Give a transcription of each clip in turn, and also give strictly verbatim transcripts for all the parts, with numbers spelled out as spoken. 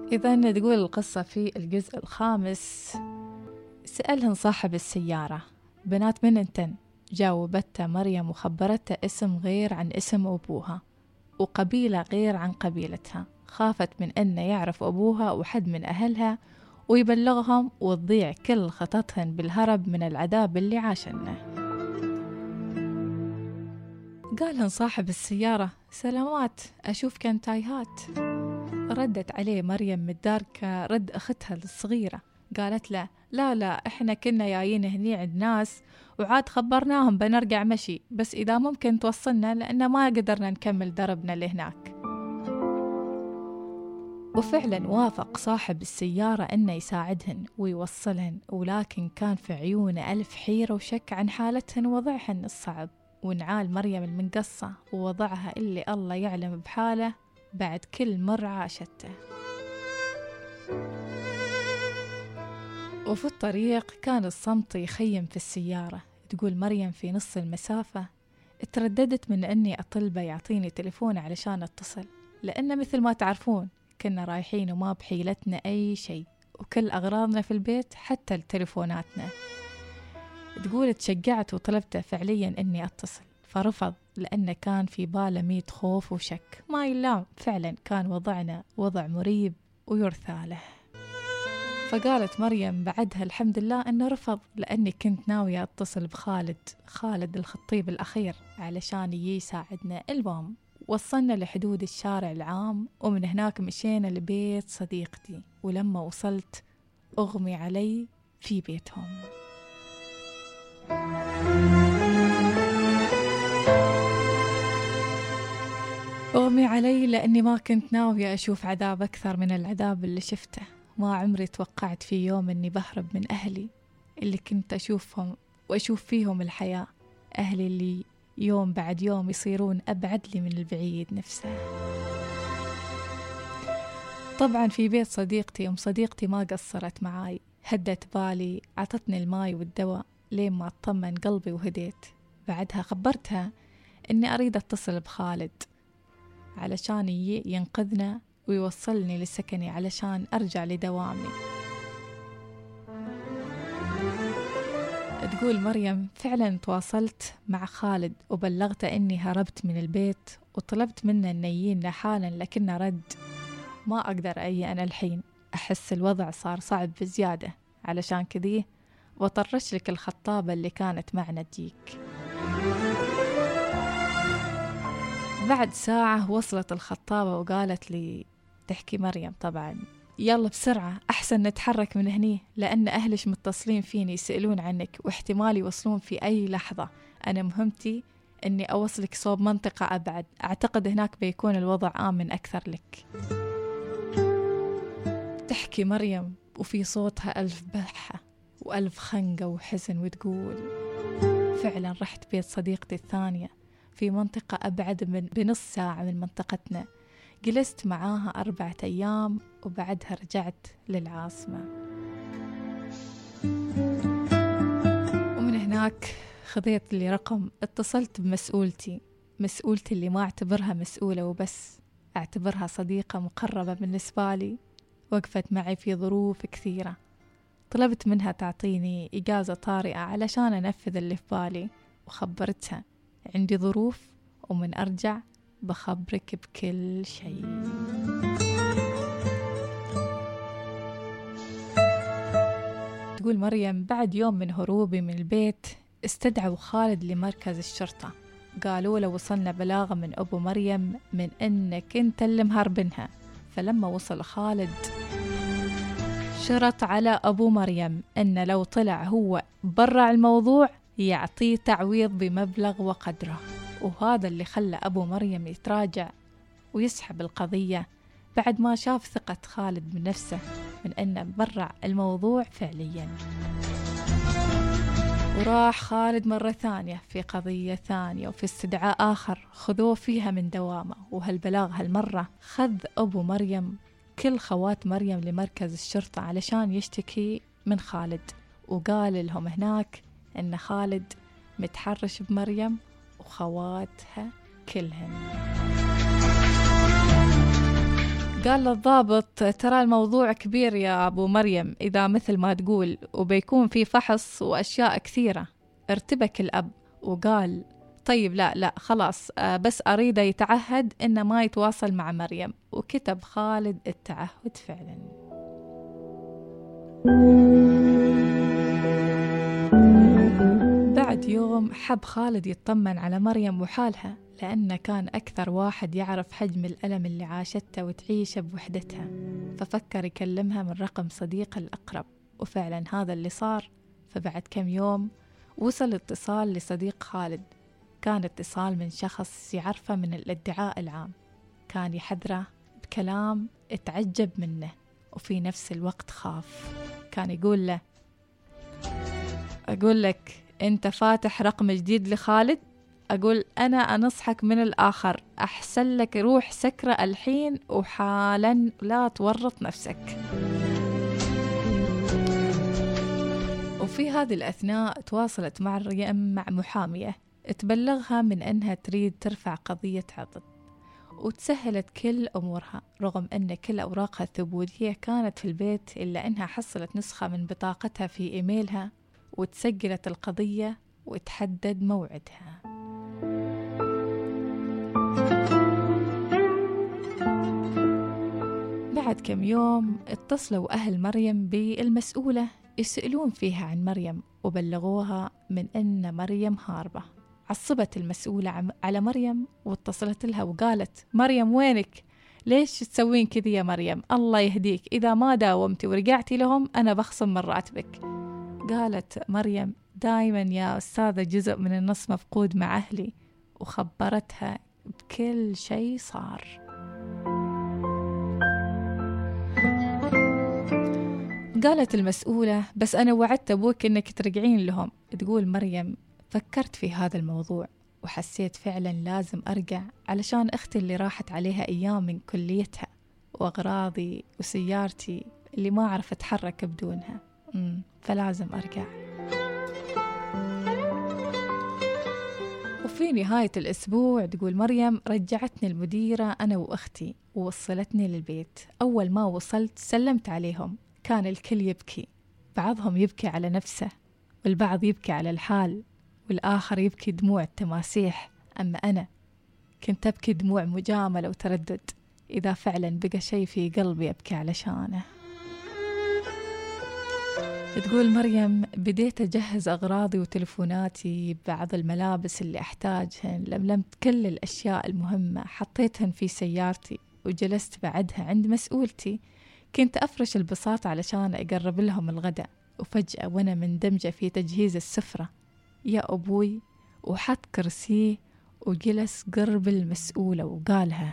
إذا تقول القصة في الجزء الخامس: سألهن صاحب السيارة بنات من انتن؟ جاوبته مريم وخبرته اسم غير عن اسم أبوها وقبيلة غير عن قبيلتها. خافت من أنه يعرف أبوها وحد من أهلها ويبلغهم وتضيع كل خططهن بالهرب من العذاب اللي عاشنه. قالهن صاحب السيارة: سلامات، أشوف كان تايهات. ردت عليه مريم متداركة رد أختها الصغيرة، قالت له: لا لا، إحنا كنا جايين هني عند ناس وعاد خبرناهم بنرجع مشي، بس إذا ممكن توصلنا لأن ما قدرنا نكمل دربنا لهناك. وفعلا وافق صاحب السيارة أنه يساعدهن ويوصلهن، ولكن كان في عيونه ألف حيرة وشك عن حالتهن ووضعهن الصعب، ونعال مريم المنقصة ووضعها اللي الله يعلم بحاله بعد كل مرة عاشته. وفي الطريق كان الصمت يخيم في السيارة. تقول مريم في نص المسافة اترددت من أني أطلبه يعطيني تليفون علشان اتصل، لأن مثل ما تعرفون كنا رايحين وما بحيلتنا أي شيء، وكل أغراضنا في البيت حتى التليفوناتنا. تقول تشجعت وطلبته فعليا أني أتصل، فرفض لأنه كان في باله ميت خوف وشك. ما يلام، فعلا كان وضعنا وضع مريب ويرثى له. فقالت مريم بعدها: الحمد لله أنه رفض، لأني كنت ناوية أتصل بخالد خالد الخطيب الأخير علشان يجي يساعدنا. المهم وصلنا لحدود الشارع العام، ومن هناك مشينا لبيت صديقتي، ولما وصلت أغمي علي في بيتهم. أغمي علي لأني ما كنت ناوية أشوف عذاب أكثر من العذاب اللي شفته. ما عمري توقعت في يوم أني بهرب من أهلي اللي كنت أشوفهم وأشوف فيهم الحياة، أهلي اللي يوم بعد يوم يصيرون أبعد لي من البعيد نفسه. طبعا في بيت صديقتي، أم صديقتي ما قصرت معاي، هدت بالي، عطتني الماي والدواء لين ما اطمن قلبي وهديت. بعدها خبرتها أني أريد أتصل بخالد علشان ينقذنا ويوصلني لسكني علشان أرجع لدوامي. تقول مريم فعلا تواصلت مع خالد وبلغته أني هربت من البيت، وطلبت منه أن يجينا حالا، لكنه رد: ما أقدر أي أنا الحين، أحس الوضع صار صعب بزيادة، علشان كذي وطرش لك الخطابة اللي كانت معنا تجيك. بعد ساعة وصلت الخطابة وقالت لي، تحكي مريم طبعا: يلا بسرعة أحسن نتحرك من هني، لأن أهلش متصلين فيني يسألون عنك واحتمال يوصلون في أي لحظة. أنا مهمتي أني أوصلك صوب منطقة أبعد، أعتقد هناك بيكون الوضع آمن أكثر لك. تحكي مريم وفي صوتها ألف بحة وألف خنقة وحزن، وتقول: فعلا رحت بيت صديقتي الثانية في منطقة أبعد من بنص ساعة من منطقتنا، جلست معاها أربعة أيام وبعدها رجعت للعاصمة. ومن هناك خذيت لي رقم، اتصلت بمسؤولتي، مسؤولتي اللي ما أعتبرها مسؤولة وبس، أعتبرها صديقة مقربة بالنسبة لي، وقفت معي في ظروف كثيرة. طلبت منها تعطيني إجازة طارئة علشان أنفذ اللي في بالي، وخبرتها عندي ظروف ومن أرجع بخبرك بكل شيء. تقول مريم بعد يوم من هروبي من البيت استدعوا خالد لمركز الشرطة، قالوا له وصلنا بلاغة من أبو مريم من أنك أنت اللي مهربنها. فلما وصل خالد شرط على أبو مريم أن لو طلع هو برع الموضوع يعطيه تعويض بمبلغ وقدره، وهذا اللي خلى أبو مريم يتراجع ويسحب القضية بعد ما شاف ثقة خالد من نفسه من أنه برع الموضوع فعليا. وراح خالد مرة ثانية في قضية ثانية وفي استدعاء آخر خذوه فيها من دوامه، وهالبلاغ هالمرة خذ أبو مريم كل خوات مريم لمركز الشرطة علشان يشتكي من خالد، وقال لهم هناك أن خالد متحرش بمريم وخواتها كلهن. قال للضابط ترى الموضوع كبير يا أبو مريم إذا مثل ما تقول، وبيكون في فحص وأشياء كثيرة. ارتبك الأب وقال طيب لا لا خلاص، بس أريده يتعهد إنه ما يتواصل مع مريم. وكتب خالد التعهد فعلا. بعد يوم حب خالد يطمن على مريم وحالها، لأنه كان أكثر واحد يعرف حجم الألم اللي عاشته وتعيشه بوحدتها، ففكر يكلمها من رقم صديقه الأقرب، وفعلا هذا اللي صار. فبعد كم يوم وصل اتصال لصديق خالد، كان اتصال من شخص يعرفه من الادعاء العام، كان يحذره بكلام اتعجب منه وفي نفس الوقت خاف. كان يقول له أقول لك أنت فاتح رقم جديد لخالد، أقول أنا أنصحك من الآخر، أحسن لك روح سكرة الحين وحالا، لا تورط نفسك. وفي هذه الأثناء تواصلت مريم مع محامية تبلغها من أنها تريد ترفع قضية عضد، وتسهلت كل أمورها رغم أن كل أوراقها الثبوتية كانت في البيت، إلا أنها حصلت نسخة من بطاقتها في إيميلها وتسجلت القضية وتحدد موعدها. بعد كم يوم اتصلوا أهل مريم بالمسؤولة يسألون فيها عن مريم، وبلغوها من أن مريم هاربة. عصبت المسؤولة على مريم واتصلت لها وقالت مريم وينك؟ ليش تسوين كذي يا مريم؟ الله يهديك، إذا ما داومتي ورجعتي لهم أنا بخصم من راتبك. قالت مريم دايما يا أستاذة جزء من النص مفقود مع أهلي، وخبرتها بكل شيء صار. قالت المسؤولة بس أنا وعدت أبوك إنك ترجعين لهم. تقول مريم فكرت في هذا الموضوع وحسيت فعلا لازم أرجع علشان أختي اللي راحت عليها أيام من كليتها، وأغراضي وسيارتي اللي ما أعرف أتحرك بدونها، مم. فلازم أرجع. وفي نهاية الأسبوع تقول مريم رجعتني المديرة أنا وأختي ووصلتني للبيت. أول ما وصلت سلمت عليهم، كان الكل يبكي، بعضهم يبكي على نفسه والبعض يبكي على الحال والآخر يبكي دموع التماسيح. أما أنا كنت أبكي دموع مجاملة وتردد، إذا فعلا بقى شيء في قلبي أبكي علشانه. تقول مريم بديت أجهز أغراضي وتلفوناتي، بعض الملابس اللي أحتاجهن، لملمت كل الأشياء المهمة حطيتهن في سيارتي وجلست بعدها عند مسؤولتي. كنت أفرش البساط علشان أقرب لهم الغداء، وفجأة وأنا مندمجة في تجهيز السفرة يا أبوي وحط كرسيه وجلس قرب المسؤولة وقالها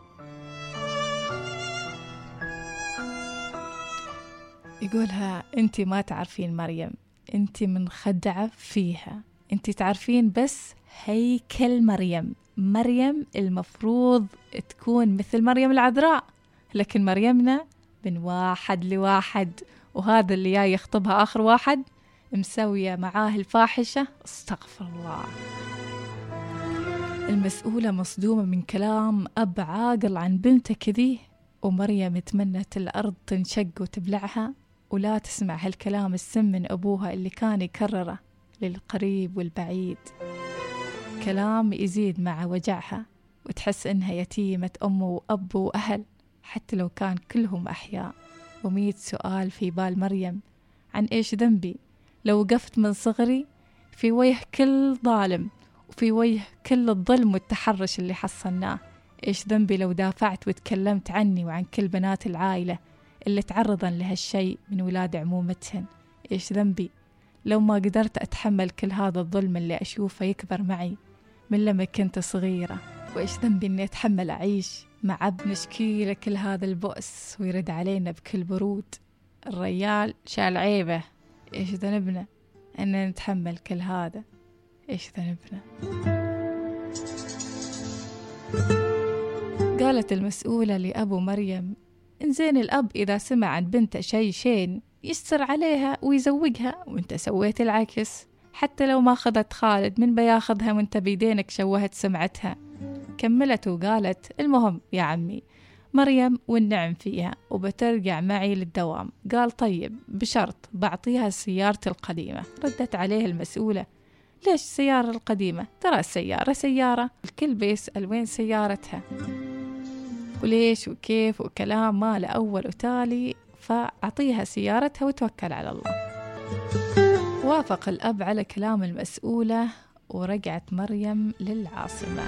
يقولها أنتي ما تعرفين مريم، أنتي منخدعة فيها، أنتي تعرفين بس هيكل مريم. مريم المفروض تكون مثل مريم العذراء، لكن مريمنا من واحد لواحد، وهذا اللي جاي يخطبها آخر واحد مسوية معاه الفاحشة، استغفر الله. المسؤولة مصدومة من كلام أب عاقل عن بنته كذي، ومريم تمنت الأرض تنشق وتبلعها ولا تسمع هالكلام السم من أبوها اللي كان يكرره للقريب والبعيد، كلام يزيد مع وجعها وتحس إنها يتيمة أم وأب وأهل حتى لو كان كلهم أحياء. ومية سؤال في بال مريم، عن إيش ذنبي لو وقفت من صغري في وجه كل ظالم وفي وجه كل الظلم والتحرش اللي حصلناه؟ إيش ذنبي لو دافعت وتكلمت عني وعن كل بنات العائلة اللي تعرضن لهالشيء من ولاد عمومتهن؟ إيش ذنبي لو ما قدرت أتحمل كل هذا الظلم اللي أشوفه يكبر معي من لما كنت صغيرة؟ وإيش ذنبي أني أتحمل أعيش مع ابن شكيلة كل هذا البؤس ويرد علينا بكل برود؟ الرجال شال عيبه، إيش ذنبنا أننا نتحمل كل هذا؟ إيش ذنبنا؟ قالت المسؤولة لأبو مريم إنزين الأب إذا سمع عن بنته شيء شين يستر عليها ويزوجها، وانت سويت العكس. حتى لو ما أخذت خالد من بياخذها وانت بيدينك شوهت سمعتها. كملت وقالت المهم يا عمي مريم والنعم فيها وبترجع معي للدوام. قال طيب بشرط بعطيها سيارتي القديمة. ردت عليه المسؤولة ليش السيارة القديمة؟ ترى السيارة سيارة، الكل بيسأل وين سيارتها وليش وكيف وكلام ما له أول وتالي، فأعطيها سيارتها وتوكل على الله. وافق الأب على كلام المسؤولة ورجعت مريم للعاصمة.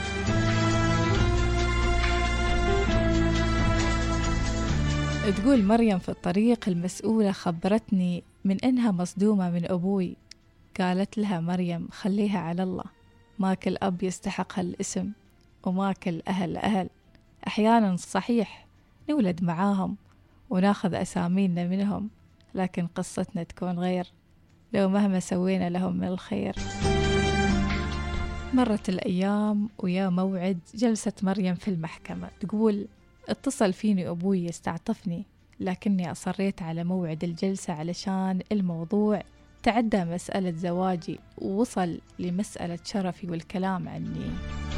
تقول مريم في الطريق المسؤولة خبرتني من إنها مصدومة من أبوي. قالت لها مريم خليها على الله، ما كل أب يستحق هالاسم وما كل أهل أهل. أحيانا صحيح نولد معاهم وناخذ أسامينا منهم، لكن قصتنا تكون غير لو مهما سوينا لهم من الخير. مرت الأيام ويا موعد جلسة مريم في المحكمة. تقول اتصل فيني أبوي يستعطفني، لكني أصريت على موعد الجلسة علشان الموضوع تعدى مسألة زواجي ووصل لمسألة شرفي والكلام عني.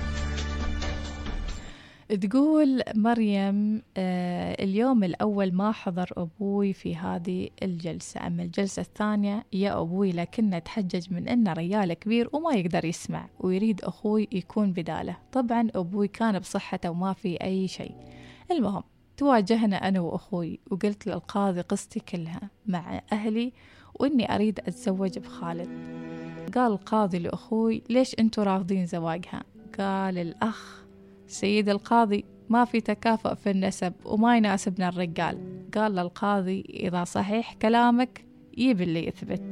تقول مريم آه اليوم الأول ما حضر أبوي في هذه الجلسة، أما الجلسة الثانية يا أبوي لكنه تحجج من أنه ريال كبير وما يقدر يسمع ويريد أخوي يكون بداله. طبعا أبوي كان بصحته وما في أي شيء. المهم تواجهنا أنا وأخوي وقلت للقاضي قصتي كلها مع أهلي وإني أريد أتزوج بخالد. قال القاضي لأخوي ليش أنتوا رافضين زواجها؟ قال الأخ سيد القاضي ما في تكافؤ في النسب وما يناسبنا الرجال. قال للقاضي إذا صحيح كلامك يبي اللي يثبت.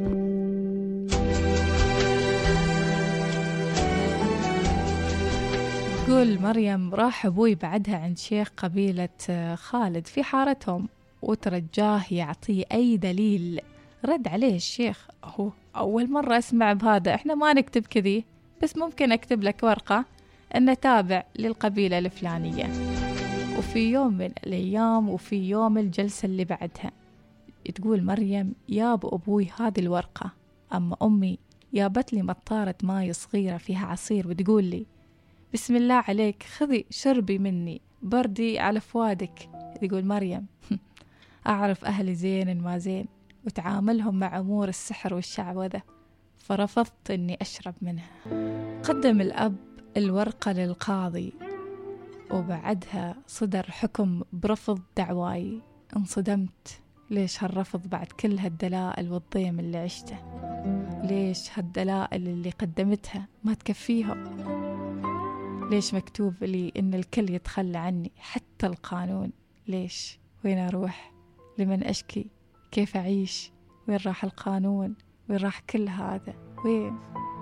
تقول مريم راح أبوي بعدها عند شيخ قبيلة خالد في حارتهم وترجاه يعطيه أي دليل. رد عليه الشيخ هو أول مرة أسمع بهذا، إحنا ما نكتب كذي، بس ممكن أكتب لك ورقة أن تابع للقبيلة الفلانية. وفي يوم من الأيام وفي يوم الجلسة اللي بعدها تقول مريم ياب أبوي هذه الورقة، أما أمي يابت لي مطارة ماي صغيرة فيها عصير وتقول لي بسم الله عليك خذي شربي مني بردي على فوادك. تقول مريم أعرف أهلي زين ما زين وتعاملهم مع أمور السحر والشعوذة، فرفضت أني أشرب منها. قدم الأب الورقة للقاضي وبعدها صدر حكم برفض دعواي. انصدمت، ليش هالرفض بعد كل هالدلائل والضيم اللي عشته؟ ليش هالدلائل اللي قدمتها ما تكفيهم؟ ليش مكتوب لي إن الكل يتخلى عني حتى القانون؟ ليش؟ وين أروح؟ لمن أشكي؟ كيف أعيش؟ وين راح القانون؟ وين راح كل هذا؟ وين؟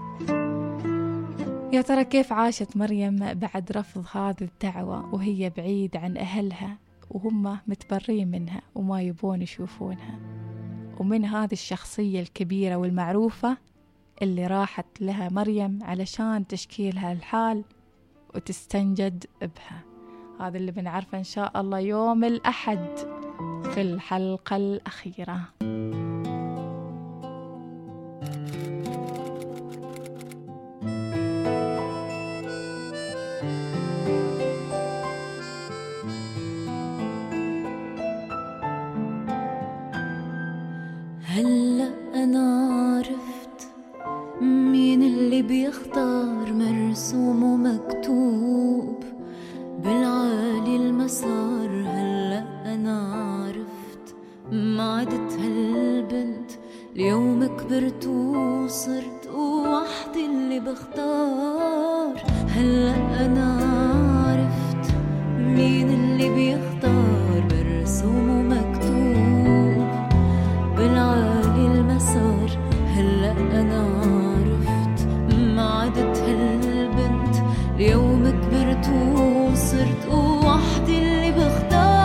يا ترى كيف عاشت مريم بعد رفض هذه الدعوة وهي بعيد عن أهلها وهم متبرين منها وما يبون يشوفونها، ومن هذه الشخصية الكبيرة والمعروفة اللي راحت لها مريم علشان تشكيلها الحال وتستنجد بها. هذا اللي بنعرفه إن شاء الله يوم الأحد في الحلقة الأخيرة. هلأ أنا عرفت مين اللي بيختار مرسوم ومكتوب بالعالي المسار. هلأ أنا عرفت ما عدت هالبنت اليوم كبرت وصرت وحدي اللي بختار. هلأ أنا عرفت مين اللي بيختار مرسوم ومكتوب بالعالي المسار. هلأ أنا عرفت ما عدت هالبنت اليوم كبرت وصرت وحدي اللي بختار.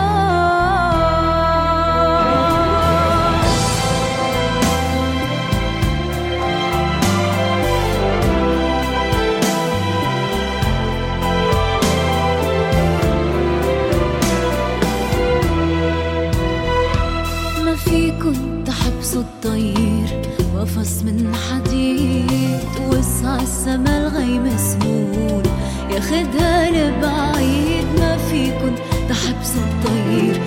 ما فيكن تحبسوا الطير وقفص من حديد وسع السما الغيم سمول ياخدها لبعيد. ما فيكن كنت حبسه الطير